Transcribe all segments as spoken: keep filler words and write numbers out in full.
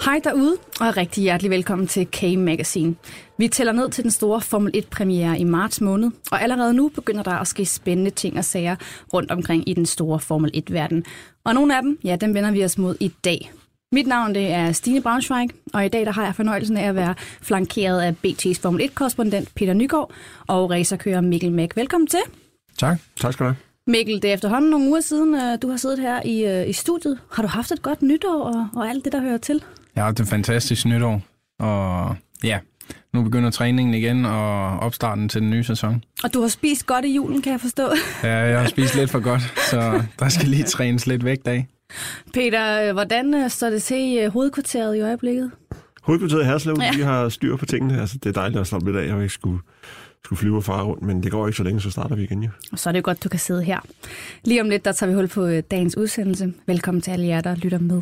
Hej derude, og rigtig hjertelig velkommen til K-Magazine. Vi tæller ned til den store Formel et-premiere i marts måned, og allerede nu begynder der at ske spændende ting og sager rundt omkring i den store Formel et-verden. Og nogle af dem, ja, dem vender vi os mod i dag. Mit navn det er Stine Braunschweig, og i dag der har jeg fornøjelsen af at være flankeret af B T's Formel et-korrespondent Peter Nygaard og racerkører Mikkel Mack. Velkommen til. Tak. Tak skal du have. Mikkel, det er efterhånden nogle uger siden, du har siddet her i, i studiet. Har du haft et godt nytår og, og alt det, der hører til? Jeg har haft et fantastisk nytår, og ja, nu begynder træningen igen og opstarten til den nye sæson. Og du har spist godt i julen, kan jeg forstå. Ja, jeg har spist lidt for godt, så der skal lige trænes lidt væk dag. Peter, hvordan står det til i hovedkvarteret i øjeblikket? Hovedkvarteret i Herslev, ja. Vi har styr på tingene. Altså, det er dejligt at slappe lidt af, jeg ikke skulle, skulle flyve og fare rundt, men det går ikke så længe, så starter vi igen. Ja. Og så er det godt, du kan sidde her. Lige om lidt, der tager vi hul på dagens udsendelse. Velkommen til alle jer, der lytter med.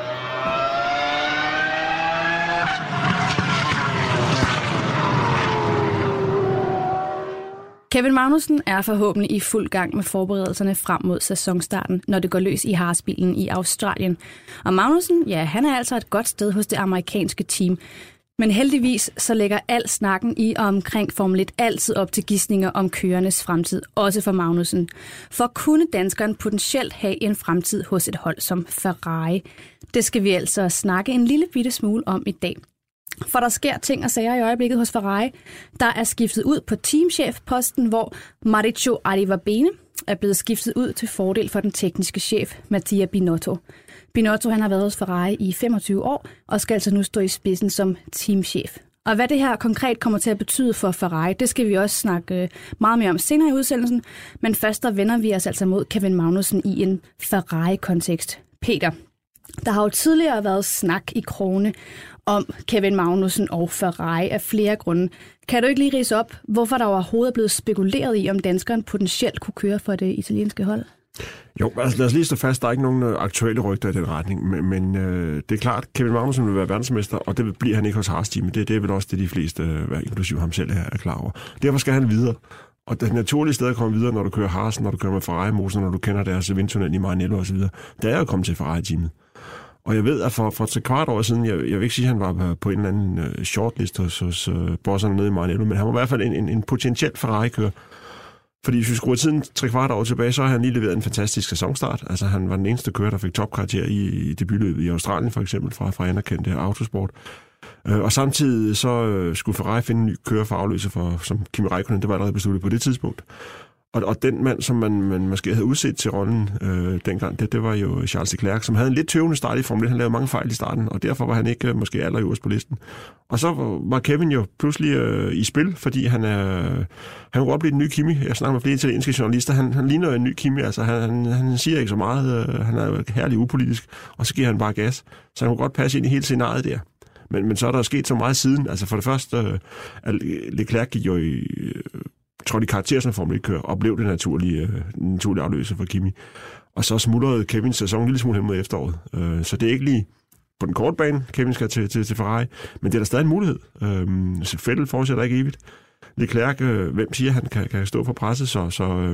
Kevin Magnussen er forhåbentlig i fuld gang med forberedelserne frem mod sæsonstarten, når det går løs i Haas-bilen i Australien. Og Magnussen, ja, han er altså et godt sted hos det amerikanske team. Men heldigvis så lægger al snakken i og omkring Formel et altid op til gidsninger om kørernes fremtid, også for Magnussen. For kunne danskeren potentielt have en fremtid hos et hold som Ferrari? Det skal vi altså snakke en lille bitte smule om i dag. For der sker ting og sager i øjeblikket hos Ferrari. Der er skiftet ud på teamchefposten, hvor Maurizio Arrivabene er blevet skiftet ud til fordel for den tekniske chef, Mattia Binotto. Binotto han har været hos Ferrari i femogtyve år og skal altså nu stå i spidsen som teamchef. Og hvad det her konkret kommer til at betyde for Ferrari, det skal vi også snakke meget mere om senere i udsendelsen. Men først der vender vi os altså mod Kevin Magnussen i en Ferrari-kontekst. Peter, der har jo tidligere været snak i krogene om Kevin Magnussen og Ferrari af flere grunde. Kan du ikke lige ridse op, hvorfor der overhovedet er blevet spekuleret i, om danskeren potentielt kunne køre for det italienske hold? Jo, altså lad os lige stå fast, der er ikke nogen aktuelle rygter i den retning, men, men øh, det er klart, at Kevin Magnussen vil være verdensmester, og det bliver han ikke hos Haas-teamet. Det, det er vel også det, de fleste, øh, inklusive ham selv, er klar over. Derfor skal han videre. Og det naturlige sted at komme videre, når du kører Haas, når du kører med Ferrari-motor, når du kender deres vindtunnel i Maranello osv., det er at komme til Ferrari-teamet. Og jeg ved, at for, for et kvart år siden, jeg, jeg vil ikke sige, at han var på en eller anden uh, shortlist hos, hos uh, bosserne nede i Maranello, men han var i hvert fald en, en, en potentiel Ferrari-kører. Fordi hvis vi skruer tiden tre kvart år tilbage, så har han lige leveret en fantastisk sæsonstart. Altså han var den eneste kører, der fik topkarakter i, i debutløbet i Australien for eksempel, fra, fra anerkendte autosport. Uh, og samtidig så uh, skulle Ferrari finde en ny kører for afløser for, som Kimi Räikkönen, det var allerede besluttet på det tidspunkt. Og, og den mand, som man, man måske havde udset til rollen øh, dengang, det, det var jo Charles Leclerc, som havde en lidt tøvende start i Formel et. Han lavede mange fejl i starten, og derfor var han ikke øh, måske allerøverst på listen. Og så var Kevin jo pludselig øh, i spil, fordi han er han kunne godt blive den nye Kimi. Jeg snakker med flere italienske journalister. Han, han ligner en ny Kimi. Altså, han, han, han siger ikke så meget. Øh, han er herlig upolitisk, og så giver han bare gas. Så han kunne godt passe ind i hele scenariet der. Men, men så er der sket så meget siden. Altså for det første, øh, Leclerc gik jo i... Øh, trådte i karakter som Formel et-kører, og blev det naturlige, øh, naturlige afløser for Kimi. Og så smuldrede Kevins sæson en lille smule hen mod efteråret. Øh, så det er ikke lige på den korte bane, Kevin skal til, til, til Ferrari, men det er der stadig en mulighed. Øh, Vettel fortsætter ikke evigt. Leclerc, øh, hvem siger, han kan, kan stå for presset, så, så øh,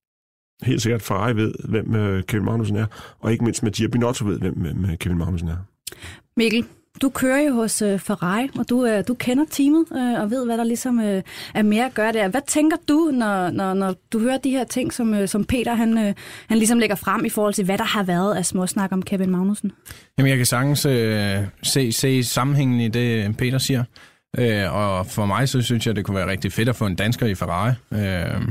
helt sikkert Ferrari ved, hvem øh, Kevin Magnussen er, og ikke mindst Mattia Binotto ved, hvem, hvem Kevin Magnussen er. Mikkel, du kører jo hos uh, Ferrari, og du, uh, du kender teamet uh, og ved, hvad der ligesom uh, er mere at gøre der. Hvad tænker du, når, når, når du hører de her ting, som, uh, som Peter han, uh, han ligesom lægger frem i forhold til, hvad der har været af småsnak om Kevin Magnussen? Jamen, jeg kan sagtens uh, se, se sammenhængen i det, Peter siger. Uh, og for mig, så synes jeg, det kunne være rigtig fedt at få en dansker i Ferrari. Uh,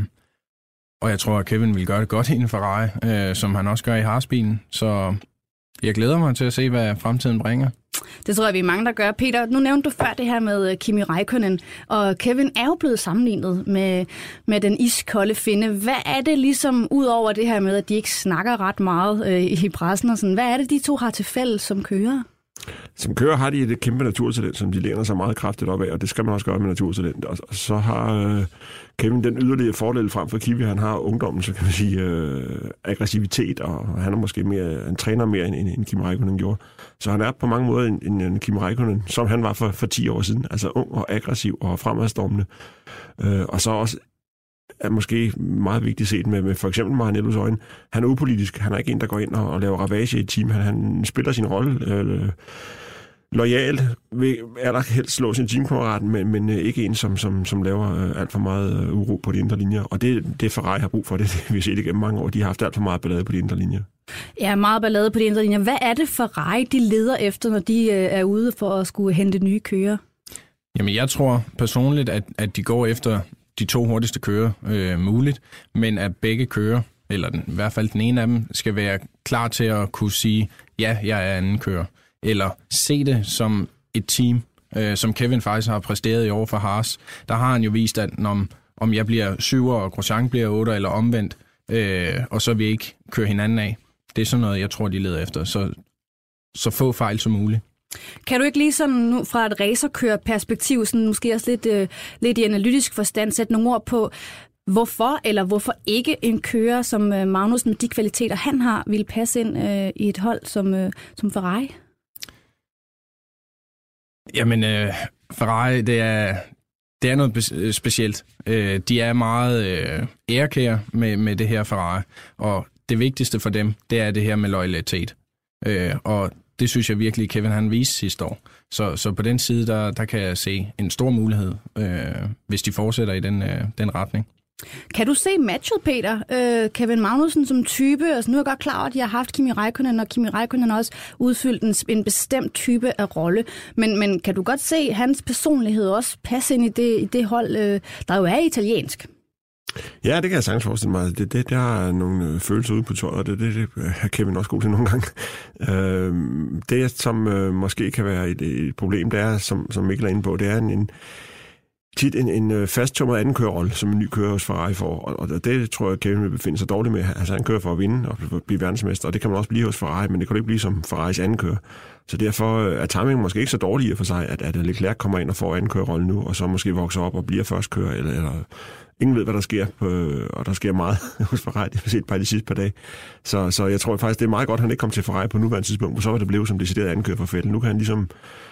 og jeg tror, at Kevin vil gøre det godt i en Ferrari, uh, som han også gør i Haas-bilen. Så jeg glæder mig til at se, hvad fremtiden bringer. Det tror jeg, vi er mange, der gør. Peter, nu nævnte du før det her med Kimi Räikkönen, og Kevin er jo blevet sammenlignet med, med den iskolde finne. Hvad er det ligesom, ud over det her med, at de ikke snakker ret meget øh, i pressen og sådan, hvad er det, de to har til fælles som kører? Som kører har de et kæmpe naturtalent, som de læner sig meget kraftigt op af, og det skal man også gøre med naturtalent. Og så har øh, Kevin den yderligere fordel frem for Kimi. Han har ungdommen, så kan man sige, øh, aggressivitet, og han er måske mere, han træner mere, end, end Kimi Räikkönen gjorde. Så han er på mange måder en, en, en Kimi Räikkönen, som han var for, for ti år siden. Altså ung og aggressiv og fremadstormende. Øh, og så også er måske meget vigtigt set med, med for eksempel Maranellos øjne. Han er upolitisk. Han er ikke en, der går ind og, og laver ravage i et team. Han, han spiller sin rolle øh, loyal, vil allerhelst slå sin teamkammerat, men, men ikke en, som, som, som laver alt for meget uro på de indre linjer. Og det, det Ferrari har brug for, det, det vi har set igennem mange år. De har haft alt for meget ballade på de indre linjer. Ja, meget ballade på de indre linjer. Hvad er det Ferrari, de leder efter, når de er ude for at skulle hente nye kører? Jamen, jeg tror personligt, at, at de går efter de to hurtigste kører øh, muligt, men at begge kører, eller den, i hvert fald den ene af dem, skal være klar til at kunne sige, ja, jeg er anden kører. Eller se det som et team, øh, som Kevin faktisk har præsteret i år for Haas. Der har han jo vist, at om, om jeg bliver syver, og Grosjean bliver otter, eller omvendt, øh, og så vil jeg ikke køre hinanden af. Det er sådan noget, jeg tror, de leder efter. Så, så få fejl som muligt. Kan du ikke lige sådan nu fra et racerkørerperspektiv, sådan måske også lidt, øh, lidt i analytisk forstand, sætte nogle ord på, hvorfor eller hvorfor ikke en kører som Magnus med de kvaliteter, han har, vil passe ind øh, i et hold som, øh, som Ferrari? Jamen, øh, Ferrari, det er, det er noget specielt. Øh, de er meget øh, ærekære med, med det her Ferrari, og det vigtigste for dem, det er det her med loyalitet. Øh, og det synes jeg virkelig, Kevin han viste sidste år. Så, så på den side, der, der kan jeg se en stor mulighed, øh, hvis de fortsætter i den, øh, den retning. Kan du se matchet, Peter? Øh, Kevin Magnussen som type, altså nu er jeg godt klar over, at jeg har haft Kimi Räikkönen, og Kimi Räikkönen også udfyldt en, en bestemt type af rolle. Men, men kan du godt se hans personlighed også passe ind i det, i det hold, øh, der jo er italiensk? Ja, det kan jeg sagtens forestille mig. Det, det, der er nogle følelser ude på tøjet, og det, det, det er Kevin også god til nogle gange. Øh, det, som øh, måske kan være et, et problem, det er, som, som Mikkel er inde på, det er en, en tit en, en fasttømret anden kørerrolle, som en ny kører hos Ferrari får, og, og det tror jeg, Kevin vil befinde sig dårligt med. Altså, han kører for at vinde og blive verdensmester, og det kan man også blive hos Ferrari, men det kan ikke blive som Ferraris anden kører. Så derfor er timingen måske ikke så dårlig for sig, at, at Leclerc kommer ind og får anden kørerrolle nu, og så måske vokser op og bliver først kører, eller, eller ingen ved, hvad der sker, på, og der sker meget hos Ferrari, det har vi set bare de sidste par dage. Så, så jeg tror faktisk, det er meget godt, at han ikke kom til Ferrari på nuværende tidspunkt, og så var det blevet som decideret anden kører for Vettel. Nu kan han ligesom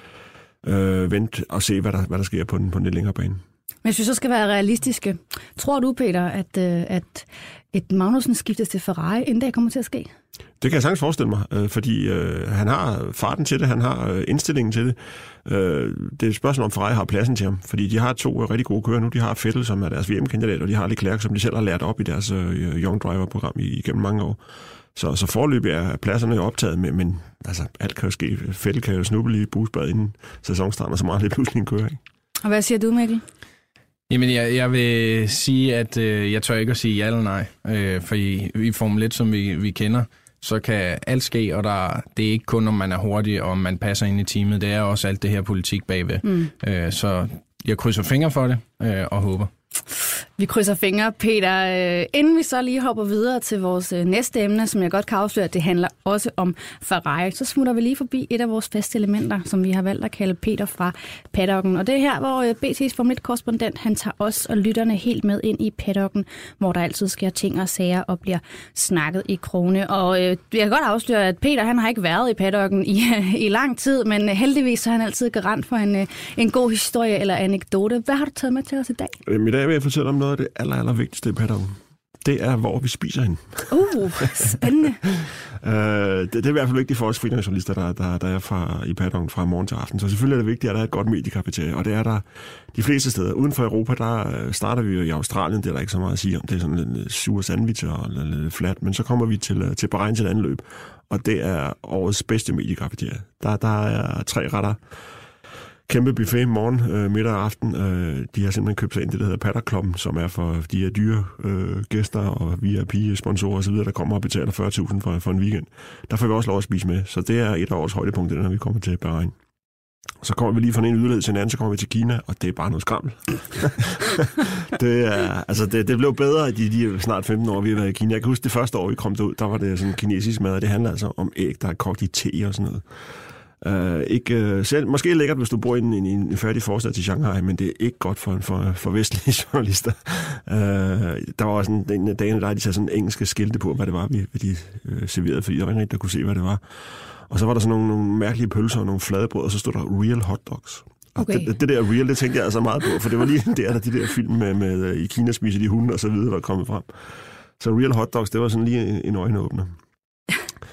øh, vente og se, hvad der, hvad der sker på den, på den lidt længere bane. Men hvis vi så skal være realistiske, tror du, Peter, at, at et Magnussen skiftes til Ferrari, en dag kommer til at ske? Det kan jeg sagtens forestille mig, fordi øh, han har farten til det, han har øh, indstillingen til det. Øh, det er et spørgsmål, om Ferrari har pladsen til ham, fordi de har to øh, rigtig gode kører nu. De har Vettel, som er deres V M-kandidat, og de har Leclerc, som de selv har lært op i deres øh, Young Driver-program igennem mange år. Så, så foreløbig er pladserne optaget, med, men altså, alt kan jo ske. Vettel kan jo snuble i busbad inden sæsonstarten, og så meget det pludselig en kører, ikke? Og hvad siger du, Mikkel? Jamen, jeg, jeg vil sige, at øh, jeg tør ikke at sige ja eller nej, øh, for i, i Formel et, som vi, vi kender, så kan alt ske, og der, det er ikke kun, om man er hurtig, og om man passer ind i teamet, det er også alt det her politik bagved. Mm. Øh, så jeg krydser fingre for det, øh, og håber. Vi krydser fingre, Peter. Inden vi så lige hopper videre til vores næste emne, som jeg godt kan afsløre, at det handler også om Ferrari, så smutter vi lige forbi et af vores faste elementer, som vi har valgt at kalde Peter fra paddocken. Og det er her, hvor B T's Formel et-korrespondent, han tager os og lytterne helt med ind i paddocken, hvor der altid sker ting og sager og bliver snakket i krone. Og jeg kan godt afsløre, at Peter, han har ikke været i paddocken i, i lang tid, men heldigvis så er han altid garant for en, en god historie eller anekdote. Hvad har du taget med til os i dag? I dag vil jeg fortælle om noget af det aller, aller vigtigste i paddocken. Det er, hvor vi spiser hende. Uh, spændende. uh, det, det er i hvert fald vigtigt for os freelancerjournalister, der, der, der er fra, i paddocken fra morgen til aften. Så selvfølgelig er det vigtigt, at der er et godt mediekafeterie, og det er der de fleste steder. Uden for Europa, der starter vi jo i Australien, det er der ikke så meget at sige om. Det er sådan lidt sure sandwicher og lidt flat, men så kommer vi til, til Bahrain til et andet løb, og det er årets bedste mediekafeterie. Der, der er tre retter. Kæmpe buffet morgen, øh, middag og aften. Øh, de har simpelthen købt sig ind det, der hedder Paddock Clubben, som er for de her dyre øh, gæster og V I P-sponsorer osv., der kommer og betaler fyrre tusind for, for en weekend. Der får vi også lov at spise med, så det er et af årets højdepunkter, når vi kommer til Bahrain. Så kommer vi lige fra en yderlighed til en anden, så kommer vi til Kina, og det er bare noget skrammel. det, er, altså det, det blev bedre i de, de snart femten år, vi har været i Kina. Jeg kan huske det første år, vi kom derud, der var det sådan kinesisk mad, og det handler altså om æg, der er kogt i te og sådan noget. Uh, ikke, uh, selv, måske lækkert, hvis du bor i en, en, en færdig forstad til Shanghai, men det er ikke godt for, for, for vestlige journalister. Uh, der var også en, en dag, der de satte sådan engelske skilte på, hvad det var, vi, de uh, serverede, fordi der var ikke der kunne se, hvad det var. Og så var der sådan nogle, nogle mærkelige pølser og nogle fladebrød, og så stod der real hotdogs. Okay. Det, det der real, det tænkte jeg altså meget på, for det var lige der, der de der film med, med i Kina spiser de hunde og så videre, der er kommet frem. Så real hotdogs, det var sådan lige en, en øjenåbner.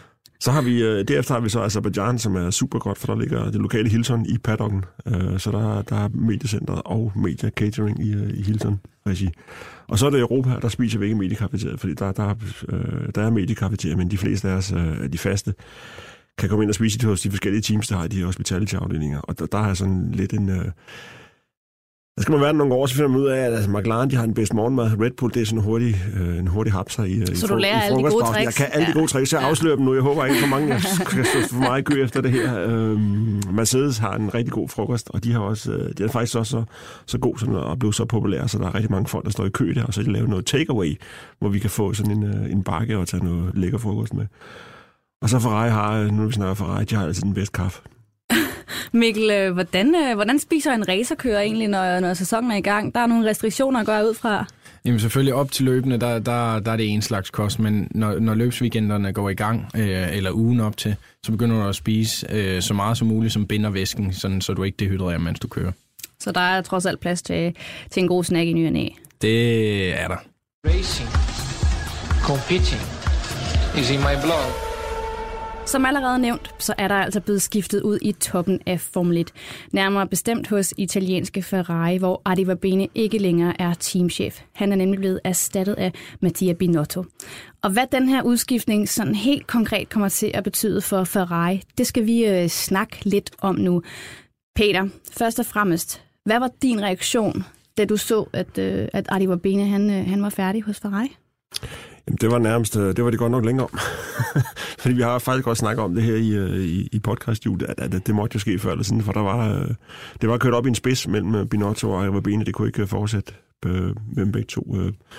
Så har vi, øh, derefter har vi så Azerbaijan, som er super godt, for der ligger det lokale Hilton i paddocken. Øh, så der, der er mediecenteret og media catering i, øh, i Hilton-regi. Og så er det Europa, der spiser vi ikke mediekafeteriet, fordi der, der, øh, der er mediekafeteriet, men de fleste af os, øh, de faste, kan komme ind og spise hos de forskellige teams, der har de hospitality-afdelinger. Og der, der er sådan lidt en... Øh, der skal man være nogle år, så finder man ud af, at altså, McLaren, de har den bedste morgenmad. Red Bull, det er sådan en hurtig, øh, en hurtig hapser i, så i, du lærer alle de gode tricks? Jeg kan alle ja. de gode tricks. Jeg afslører dem nu. Jeg håber ikke for mange, jeg skal stå for meget i kø efter det her. Øh, Mercedes har en rigtig god frokost, og de har også, øh, de er faktisk også så, så god sådan, og blevet så populære, så der er rigtig mange folk, der står i kø der, og så de laver noget takeaway, hvor vi kan få sådan en, øh, en bakke og tage noget lækker frokost med. Og så Ferrari har, nu vi snakker Ferrari, de har altid den bedste kaffe. Mikkel, hvordan, hvordan spiser en racerkører egentlig, når, når sæsonen er i gang? Der er nogle restriktioner at gøre ud fra. Jamen selvfølgelig op til løbene, der, der, der er det en slags kost, men når, når løbsweekenderne går i gang, øh, eller ugen op til, så begynder du at spise øh, så meget som muligt, som binder væsken, sådan, så du ikke dehydrerer, mens du kører. Så der er trods alt plads til, til en god snack i ny og næ. Det er der. Racing, competing is in my blood. Som allerede nævnt, så er der altså blevet skiftet ud i toppen af Formel et. Nærmere bestemt hos italienske Ferrari, hvor Arrivabene ikke længere er teamchef. Han er nemlig blevet erstattet af Mattia Binotto. Og hvad den her udskiftning sådan helt konkret kommer til at betyde for Ferrari, det skal vi øh, snakke lidt om nu. Peter, først og fremmest, hvad var din reaktion, da du så, at, øh, at Arrivabene han, øh, han var færdig hos Ferrari? Jamen, det var nærmest, det var det godt nok længere om. Fordi vi har faktisk godt snakket om det her i, i, i podcast-studiet, at, at det måtte jo ske før eller sådan, for der var, det var kørt op i en spids mellem Binotto og Arrivabene. Det kunne ikke fortsætte mellem begge to.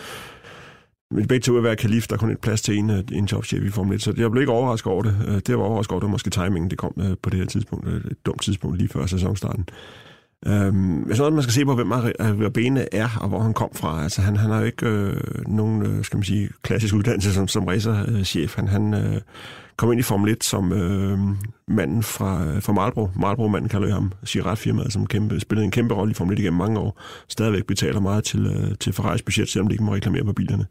Men begge to vil være kalif, der kun et plads til en, en topchef i Formel et, så jeg blev ikke overrasket over det. Det var overrasket over, det var måske timingen, det kom på det her tidspunkt, et dumt tidspunkt lige før sæsonstarten. Øhm, jeg synes, man skal se på, hvem Arrivabene er, og hvor han kom fra. Altså, han, han har jo ikke øh, nogen, øh, skal man sige, klassisk uddannelse som, som racerchef. Han, han øh, kom ind i Formel et som øh, manden fra, fra Marlboro. Marlboro-manden kalder jeg ham, Chirac-firmaet, som kæmpe, spillede en kæmpe rolle i Formel et igennem mange år. Stadigvæk betaler meget til, øh, til Ferraris budget, selvom de ikke må reklamere på bilerne.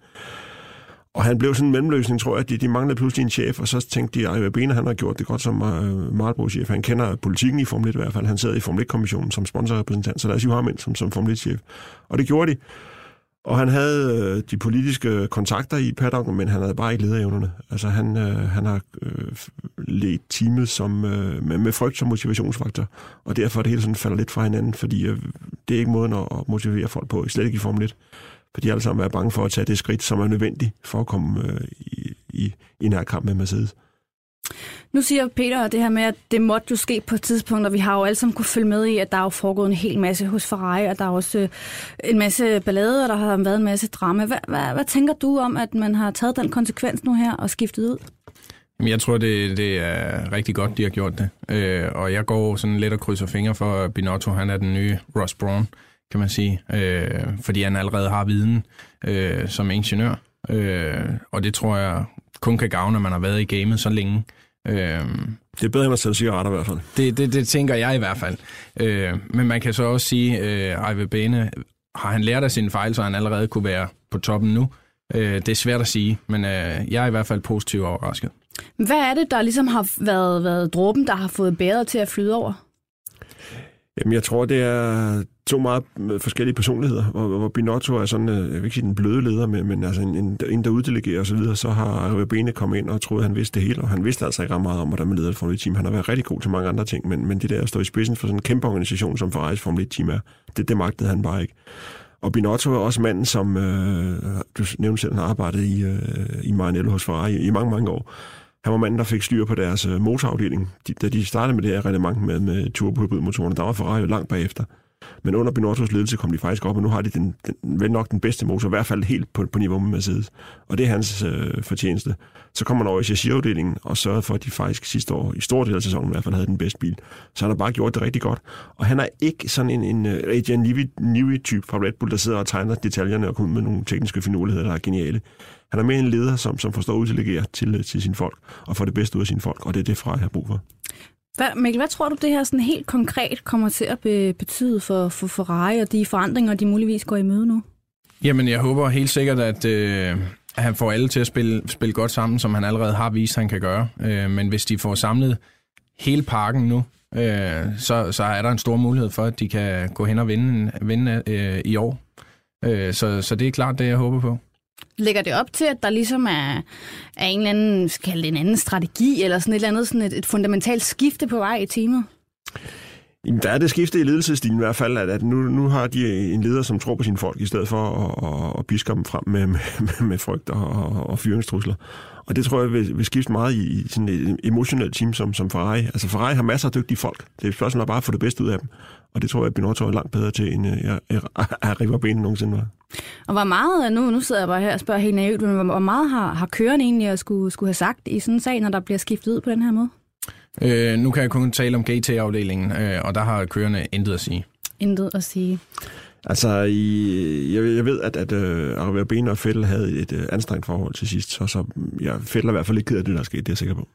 Og han blev sådan en mellemløsning, tror jeg, at de, de manglede pludselig en chef, og så tænkte de, at Arrivabene, han har gjort det godt som uh, Marlboro-chef. Han kender politikken i Formel et i hvert fald. Han sad i Formel et-kommissionen som sponsorrepræsentant, så lad os hive ham ind som, som Formel et-chef. Og det gjorde de. Og han havde uh, de politiske kontakter i paddocken, men han havde bare ikke lederevnerne. Altså han, uh, han har uh, ledt teamet som, uh, med, med frygt som motivationsfaktor, og derfor er det hele sådan falder lidt fra hinanden, fordi uh, det er ikke måden at motivere folk på, slet ikke i Formel et. For de alle sammen er bange for at tage det skridt, som er nødvendigt for at komme øh, i, i, i en her kamp med Mercedes. Nu siger Peter det her med, at det måtte jo ske på et tidspunkt, og vi har jo alle sammen kunne følge med i, at der er jo foregået en hel masse hos Ferrari, og der er også øh, en masse ballade, og der har været en masse drama. Hvad, hvad, hvad tænker du om, at man har taget den konsekvens nu her og skiftet ud? Jeg tror, det, det er rigtig godt, de har gjort det. Øh, og jeg går sådan lidt og krydser fingre for Binotto. Han er den nye Ross Brawn, kan man sige, øh, fordi han allerede har viden øh, som ingeniør, øh, og det tror jeg kun kan gavne, når man har været i gamet så længe. Øh, det er bedre end at sælge cigaretter i hvert fald. Det, det, det tænker jeg i hvert fald. Øh, men man kan så også sige, øh, Arrivabene, har han lært af sine fejl, så han allerede kunne være på toppen nu? Øh, det er svært at sige, men øh, jeg er i hvert fald positivt overrasket. Hvad er det, der ligesom har været, været dråben, der har fået bæret til at flyde over? Jamen, jeg tror, det er to meget forskellige personligheder, hvor, hvor Binotto er sådan, jeg vil ikke sige den bløde leder, men, men altså en, en, der uddelegerer og så videre, så har Arrivabene kommet ind og troede, han vidste det hele, og han vidste altså ikke ret meget om, hvordan man leder et Formel et-team. Han har været rigtig god til mange andre ting, men, men det der at stå i spidsen for sådan en kæmpe organisation, som Ferraris Formel et-team er, det, det magtede han bare ikke. Og Binotto er også manden, som øh, du nævnte selv, har arbejdet i, øh, i Maranello hos Ferrari i mange, mange år. Han var manden, der fik styr på deres øh, motorafdeling. De, da de startede med det her reglement med, med turbohybridmotorerne, der var Ferrari langt bagefter. Men under Binottos ledelse kom de faktisk op, og nu har de den, den, vel nok den bedste motor, i hvert fald helt på, på niveau med Mercedes. Og det er hans øh, fortjeneste. Så kom man over i chassisafdelingen og sørgede for, at de faktisk sidste år, i stor del af sæsonen i hvert fald, havde den bedste bil. Så han har bare gjort det rigtig godt. Og han er ikke sådan en, en uh, Adrian Newey-type fra Red Bull, der sidder og tegner detaljerne og kommer med nogle tekniske finurligheder, der er geniale. Han er mere en leder, som, som forstår at uddelegere til, til sine folk, og får det bedste ud af sine folk, og det er det, Ferrari har brug for. Hvad, Mikkel, hvad tror du, det her sådan helt konkret kommer til at be, betyde for, for Ferrari og de forandringer, de muligvis går i møde nu? Jamen, jeg håber helt sikkert, at, øh, han får alle til at spille, spille godt sammen, som han allerede har vist, han kan gøre. Øh, men hvis de får samlet hele pakken nu, øh, så, så er der en stor mulighed for, at de kan gå hen og vinde, vinde øh, i år. Øh, så, så det er klart det, jeg håber på. Lægger det op til, at der ligesom er, er en eller anden, skal det en anden strategi, eller sådan et eller andet sådan et, et fundamentalt skifte på vej i teamet? Jamen, der er det skifte i ledelsesstilen i hvert fald, at, at nu, nu har de en leder, som tror på sine folk, i stedet for at, at, at piske dem frem med, med, med frygt og, og, og fyringstrusler. Og det tror jeg vil, vil skifte meget i, i sådan et emotionelt team som, som Ferrari. Altså Ferrari har masser af dygtige folk. Det er et spørgsmål bare at få det bedste ud af dem. Og det tror jeg, at Binotto er langt bedre til, end jeg, jeg, jeg river benene nogensinde var. Og hvor meget, nu, nu sidder jeg bare her og spørger helt naivt, men hvor meget har, har køren egentlig at skulle, skulle have sagt i sådan en sag, når der bliver skiftet ud på den her måde? Øh, nu kan jeg kun tale om G T-afdelingen, øh, og der har kørerne intet at sige. Intet at sige. Altså, i, jeg, jeg ved, at, at uh, Arriva Bene og Vettel havde et uh, anstrengt forhold til sidst, så, så ja, Vettel er i hvert fald ikke ked af det, der er sket, det er jeg sikker på.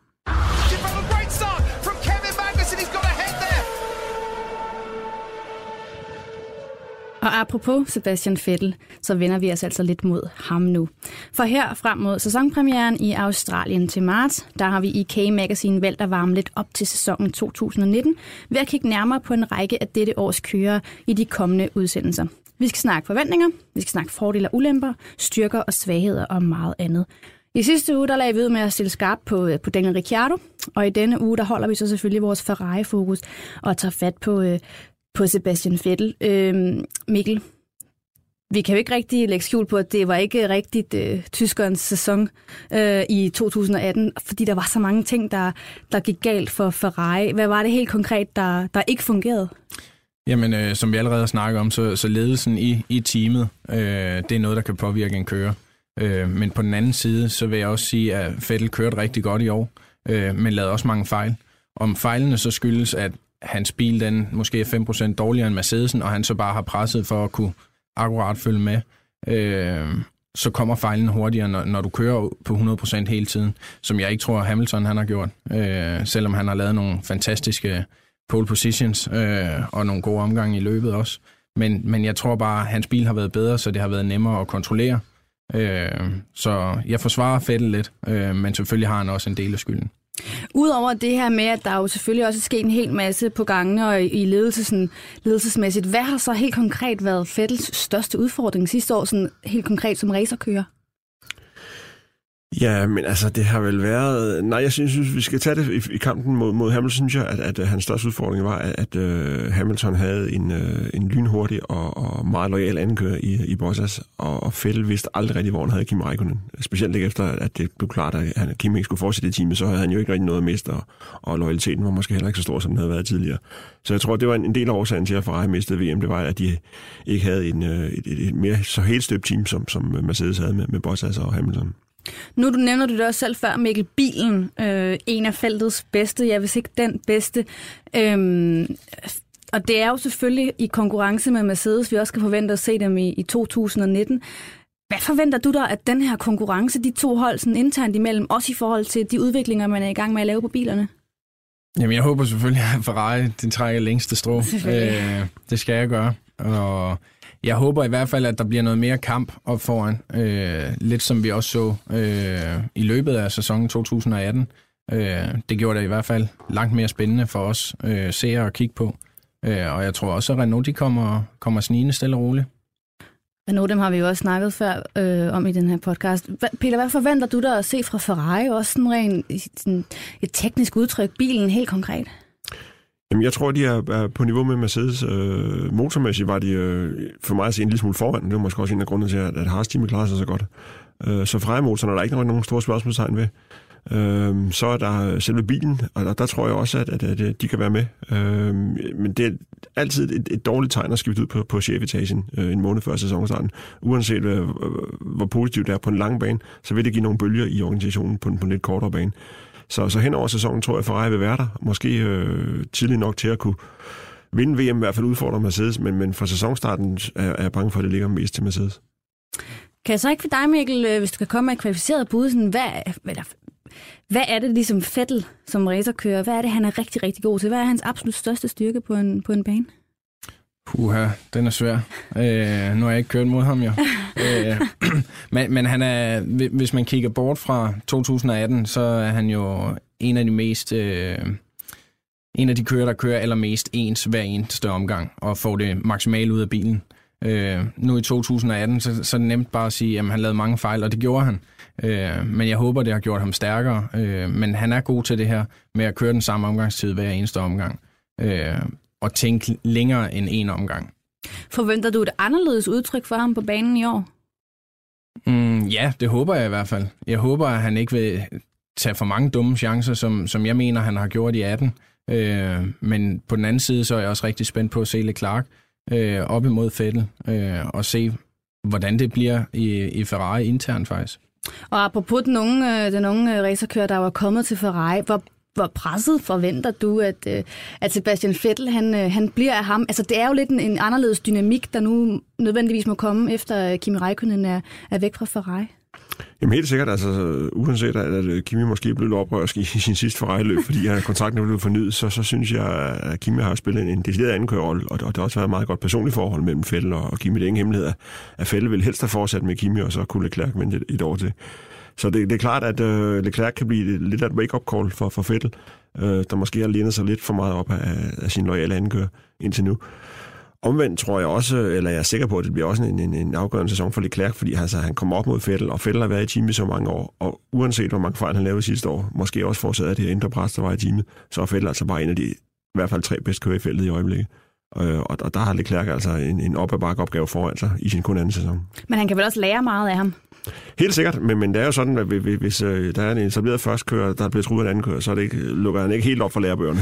Og apropos Sebastian Vettel, så vender vi os altså lidt mod ham nu. For her frem mod sæsonpremieren i Australien til marts, der har vi i K-Magazine valgt at varme lidt op til sæsonen to tusind nitten ved at kigge nærmere på en række af dette års kørere i de kommende udsendelser. Vi skal snakke forventninger, vi skal snakke fordele og ulemper, styrker og svagheder og meget andet. I sidste uge der lagde vi ud med at stille skarpt på, på Daniel Ricciardo, og i denne uge der holder vi så selvfølgelig vores Ferrari-fokus og tager fat på... på Sebastian Vettel. Øhm, Mikkel, vi kan jo ikke rigtig lægge skjul på, at det var ikke rigtigt øh, tyskerens sæson øh, i to tusind atten, fordi der var så mange ting, der, der gik galt for Ferrari. Hvad var det helt konkret, der, der ikke fungerede? Jamen, øh, som vi allerede har snakket om, så, så ledelsen i, i teamet, øh, det er noget, der kan påvirke en kører. Øh, men på den anden side, så vil jeg også sige, at Vettel kørte rigtig godt i år, øh, men lavede også mange fejl. Om fejlene så skyldes, at hans bil den måske er fem procent dårligere end Mercedesen, og han så bare har presset for at kunne akkurat følge med, øh, så kommer fejlen hurtigere, når, når du kører på hundrede procent hele tiden, som jeg ikke tror, Hamilton han har gjort, øh, selvom han har lavet nogle fantastiske pole positions øh, og nogle gode omgange i løbet også. Men, men jeg tror bare, at hans bil har været bedre, så det har været nemmere at kontrollere. Øh, så jeg forsvarer Vettel lidt, øh, men selvfølgelig har han også en del af skylden. Udover det her med, at der jo selvfølgelig også er sket en hel masse på gangene og i ledelsen, ledelsesmæssigt, hvad har så helt konkret været Vettels største udfordring sidste år, sådan helt konkret som racerkører? Ja, men altså, det har vel været... Nej, jeg synes, vi skal tage det i, i kampen mod, mod Hamilton, synes jeg, at, at, at hans største udfordring var, at, at uh, Hamilton havde en, uh, en lynhurtig og, og meget loyal andenkører i, i Bottas, og, og Vettel vidste aldrig rigtig, hvor han havde Kimi Räikkönen. Specielt ikke efter, at det blev klart, at han, Kimi ikke skulle fortsætte i teamet, så havde han jo ikke rigtig noget at miste, og, og loyaliteten var måske heller ikke så stor, som den havde været tidligere. Så jeg tror, det var en, en del af årsagen til, at Ferrari mistede V M, det var, at de ikke havde en, et, et, et mere så helt støbt team, som, som Mercedes havde med, med Bottas og Hamilton. Nu du nævner du det også selv før, Mikkel, bilen, øh, en af feltets bedste, jeg vil ikke den bedste. Øhm, og det er jo selvfølgelig i konkurrence med Mercedes, vi også skal forvente at se dem i, i to tusind nitten. Hvad forventer du dig, at den her konkurrence, de to hold sådan internt imellem, også i forhold til de udviklinger, man er i gang med at lave på bilerne? Jamen, jeg håber selvfølgelig, at Ferrari den trækker længste strå. Øh, det skal jeg gøre, og... Jeg håber i hvert fald, at der bliver noget mere kamp op foran. Øh, lidt som vi også så øh, i løbet af sæsonen to tusind atten. Øh, det gjorde det i hvert fald langt mere spændende for os øh, seere at kigge på. Øh, og jeg tror også, at Renault de kommer, kommer snigende stille og roligt. Renault, dem har vi jo også snakket før øh, om i den her podcast. Peter, hvad forventer du dig at se fra Ferrari? Også sådan rent sådan et teknisk udtryk, bilen helt konkret? Jamen, jeg tror, de er på niveau med Mercedes. Øh, motormæssigt var de øh, for mig at se en lille smule foran. Det var måske også en af grundene til, at Haas-teamet klarer sig så godt. Øh, så Ferrari-motoren er der ikke nogen store spørgsmålstegn ved. Øh, så er der selve bilen, og der, der tror jeg også, at, at, at de kan være med. Øh, men det er altid et, et dårligt tegn at skifte ud på, på chefetagen øh, en måned før sæsonstarten. Uanset øh, hvor positivt det er på en lang bane, så vil det give nogle bølger i organisationen på en, på en lidt kortere bane. Så, så hen over sæsonen tror jeg, at Ferrari vil være der. Måske øh, tidligt nok til at kunne vinde V M, i hvert fald udfordre Mercedes, men, men for sæsonstarten er, er jeg bange for, at det ligger mest til Mercedes. Kan jeg så ikke for dig, Mikkel, hvis du kan komme med et kvalificeret bud, sådan, hvad, hvad, hvad er det ligesom Vettel som racerkører? Hvad er det, han er rigtig, rigtig god til? Hvad er hans absolut største styrke på en, på en bane? Puha, den er svær. Øh, nu har jeg ikke kørt mod ham, jo. øh, men, men han er, hvis man kigger bort fra to tusind og atten, så er han jo en af de mest... Øh, en af de kører, der kører allermest ens hver eneste omgang, og får det maksimalt ud af bilen. Øh, nu i to tusind og atten, så, så er det nemt bare at sige, at han lavede mange fejl, og det gjorde han. Øh, men jeg håber, det har gjort ham stærkere. Øh, men han er god til det her med at køre den samme omgangstid hver eneste omgang. Øh, og tænke længere end en omgang. Forventer du et anderledes udtryk for ham på banen i år? Mm, ja, det håber jeg i hvert fald. Jeg håber, at han ikke vil tage for mange dumme chancer, som, som jeg mener, han har gjort i atten. Øh, men på den anden side, så er jeg også rigtig spændt på at se Leclerc øh, op imod Vettel, øh, og se, hvordan det bliver i, i Ferrari internt faktisk. Og apropos den unge, den unge racerkører, der var kommet til Ferrari, hvor, hvor presset forventer du, at, at Sebastian Vettel han, han bliver af ham? Altså, det er jo lidt en, en anderledes dynamik, der nu nødvendigvis må komme, efter Kimi Räikkönen er, er væk fra Ferrari. Jamen helt sikkert, altså uanset at Kimi måske blev oprørsk i sin sidste Ferrari-løb, fordi kontrakten er blevet fornyet, så, så synes jeg, at Kimi har spillet en decideret andenkørerrolle, og, og det har også været et meget godt personligt forhold mellem Vettel og, og Kimi. Det er ingen hemmelighed, at Vettel vil helst have fortsat med Kimi, og så kunne Leclerc vente et, et år til. Så det, det er klart, at uh, Leclerc kan blive lidt af et wake-up call for, for Vettel, uh, der måske har lænet sig lidt for meget op af, af sin loyale andenkører indtil nu. Omvendt tror jeg også, eller jeg er sikker på, at det bliver også en, en, en afgørende sæson for Leclerc, fordi altså, han kommer op mod Vettel, og Vettel har været i teamet så mange år, og uanset hvor mange fejl han lavede sidste år, måske også forårsaget af det her indre pres, der var i teamet, så er Vettel altså bare en af de, i hvert fald tre bedste kører i feltet i øjeblikket. Og, og, og der har Leclerc altså en, en op- og bakke-opgave foran sig i sin kun anden sæson. Men han kan vel også lære meget af ham? Helt sikkert, men, men det er jo sådan, at hvis øh, der er en etableret førstkører, der bliver truet af en anden kører, så er det ikke, lukker han ikke helt op for lærebøgerne.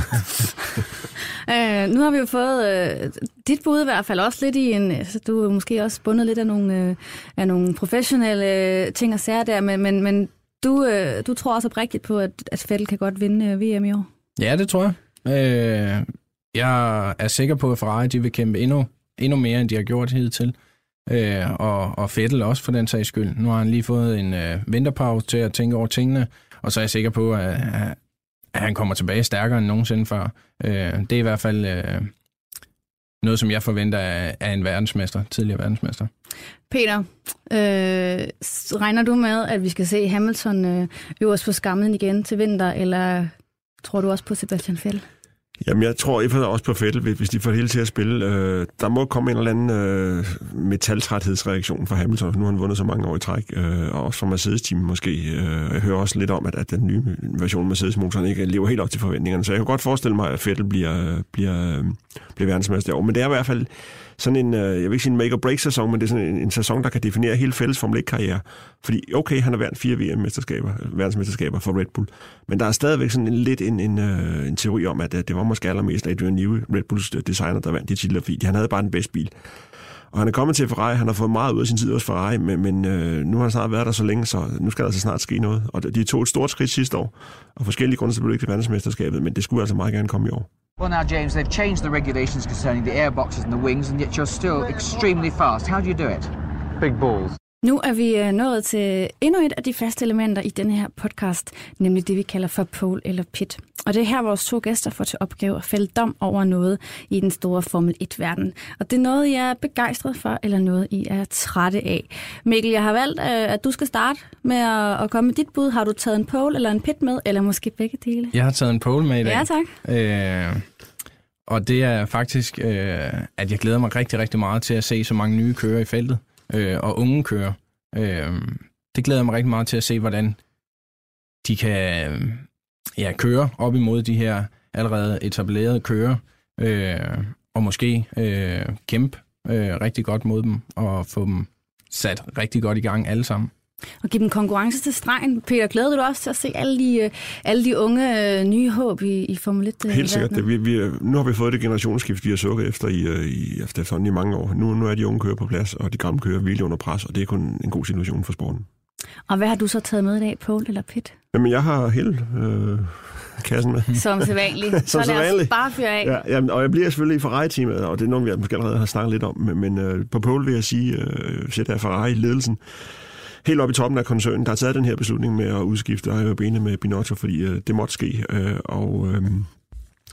øh, nu har vi jo fået øh, dit bud i hvert fald også lidt i en... Altså, du er måske også bundet lidt af nogle, øh, af nogle professionelle ting og sager der, men, men, men du, øh, du tror også oprigtigt på, at, at Vettel kan godt vinde øh, V M i år? Ja, det tror jeg. Øh, jeg er sikker på, at Ferrari de vil kæmpe endnu, endnu mere, end de har gjort hidtil. Øh, og, og Vettel også for den sags skyld. Nu har han lige fået en øh, vinterpause til at tænke over tingene, og så er jeg sikker på, at, at han kommer tilbage stærkere end nogensinde før. Øh, det er i hvert fald øh, noget, som jeg forventer af, af en verdensmester, tidligere verdensmester. Peter, øh, regner du med, at vi skal se Hamilton øh, øverst på skamlen igen til vinter, eller tror du også på Sebastian Vettel? Jamen, jeg tror i hvert fald også på Vettel, hvis de får det hele til at spille. Øh, der må komme en eller anden øh, metaltræthedsreaktion fra Hamilton, for nu har han vundet så mange år i træk, øh, og også fra Mercedes-teamet måske. Øh, jeg hører også lidt om, at, at den nye version af Mercedes-motoren ikke lever helt op til forventningerne, så jeg kan godt forestille mig, at Vettel bliver, bliver, bliver verdensmester i år. Men det er i hvert fald sådan en, jeg vil ikke sige en make-or-break-sæson, men det er sådan en, en sæson, der kan definere hele Vettels Formel et-karriere. Fordi okay, han har været fire V M-mesterskaber, verdensmesterskaber for Red Bull, men der er stadigvæk sådan en, lidt en, en, en teori om, at det var måske allermest Adrian Newey, Red Bulls designer, der vandt de titler, fordi han havde bare den bedste bil. Og han er kommet til Ferrari, han har fået meget ud af sin tid hos Ferrari, men, men øh, nu har han snart været der så længe, så nu skal der altså snart ske noget. Og de tog et stort skridt sidste år, og forskellige grunde så blev det ikke til verdensmesterskabet, men det skulle altså meget gerne komme i år. Well now, James, they've changed the regulations concerning the airboxes and the wings, and yet you're still extremely fast. How do you do it? Big balls. Nu er vi nået til endnu et af de faste elementer i denne her podcast, nemlig det, vi kalder for pole eller pit. Og det er her, vores to gæster får til opgave at fælde dom over noget i den store Formel et-verden. Og det er noget, I er begejstret for, eller noget, I er trætte af. Mikkel, jeg har valgt, at du skal starte med at komme med dit bud. Har du taget en pole eller en pit med, eller måske begge dele? Jeg har taget en pole med i dag. Ja, tak. Øh, og det er faktisk, øh, at jeg glæder mig rigtig, rigtig meget til at se så mange nye kører i feltet. Øh, og unge kører. Øh, det glæder mig rigtig meget til at se, hvordan de kan øh, ja, køre op imod de her allerede etablerede kører, øh, og måske øh, kæmpe øh, rigtig godt mod dem, og få dem sat rigtig godt i gang alle sammen. Og give dem konkurrence til stregen. Peter, glæder du dig også til at se alle de, alle de unge nye håb i, i Formel et? Helt sikkert. Det, vi, vi, nu har vi fået det generationsskift, vi har sukket efter i, i, efter sådan i mange år. Nu, nu er de unge kører på plads, og de gamle kører virkelig under pres, og det er kun en god situation for sporten. Og hvad har du så taget med i dag, pole eller pit? Jamen, jeg har hele øh, kassen med. Som sædvanligt. Som så lad sædvanligt. os bare fyre af. Ja, jamen, og jeg bliver selvfølgelig i Ferrari-teamet, og det er noget, vi måske allerede har snakket lidt om, men, men øh, på pole vil jeg sige, øh, sætter jeg Ferrari-ledelsen helt op i toppen af koncernen, der har taget den her beslutning med at udskifte Arriva Bene med Binotto, fordi øh, det måtte ske. Øh, og øh,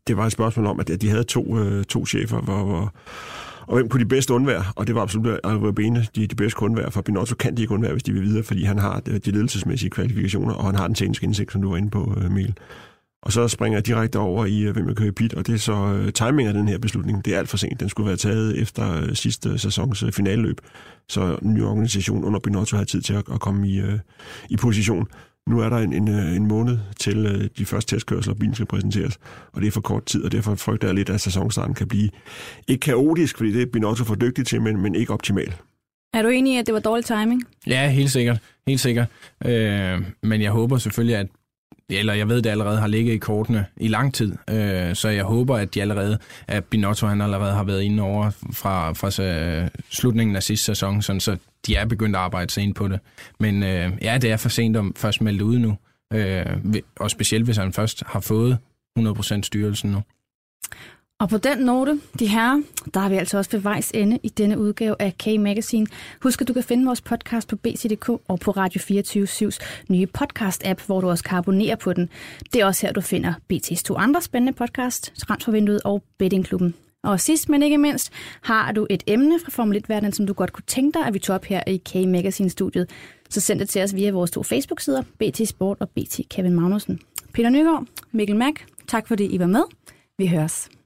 det var et spørgsmål om, at de havde to, øh, to chefer, hvor, hvor, og hvem kunne de bedst undvære? Og det var absolut Alvaro Bene, de, de bedste kunne undvære. For Binotto kan de ikke undvære, hvis de vil videre, fordi han har de, de ledelsesmæssige kvalifikationer, og han har den tekniske indsigt, som du var inde på, øh, Mikkel. Og så springer jeg direkte over i, hvem jeg kører i pit, og det er så uh, timing af den her beslutning. Det er alt for sent. Den skulle være taget efter uh, sidste sæsons uh, finaleløb, så en ny organisation under Binotto havde tid til at, at komme i, uh, i position. Nu er der en, en, en måned til uh, de første testkørsler, og bilen skal præsenteres, og det er for kort tid, og derfor frygter jeg lidt, at sæsonstarten kan blive ikke kaotisk, fordi det er Binotto for dygtig til, men, men ikke optimal. Er du enig i, at det var dårlig timing? Ja, helt sikkert. Helt sikkert. Øh, men jeg håber selvfølgelig, at eller jeg ved, det allerede har ligget i kortene i lang tid, øh, så jeg håber, at de allerede, at Binotto han allerede har været inde over fra, fra øh, slutningen af sidste sæson, sådan, så de er begyndt at arbejde sent på det. Men øh, ja, det er for sent at først melde ud nu, øh, og specielt hvis han først har fået hundrede procent styrelsen nu. Og på den note, de her, der har vi altså også ved vejs ende i denne udgave af K-Magazine. Husk, at du kan finde vores podcast på b t punktum d k og på Radio fireogtyve syvs nye podcast-app, hvor du også kan abonnere på den. Det er også her, du finder B T's to andre spændende podcast, Transfervinduet og Bettingklubben. Og sidst, men ikke mindst, har du et emne fra Formel et-verdenen, som du godt kunne tænke dig, at vi tog op her i K-Magazine-studiet. Så send det til os via vores to Facebook-sider, B T Sport og B T Kevin Magnussen. Peter Nygaard, Mikkel Mack, tak fordi I var med. Vi høres.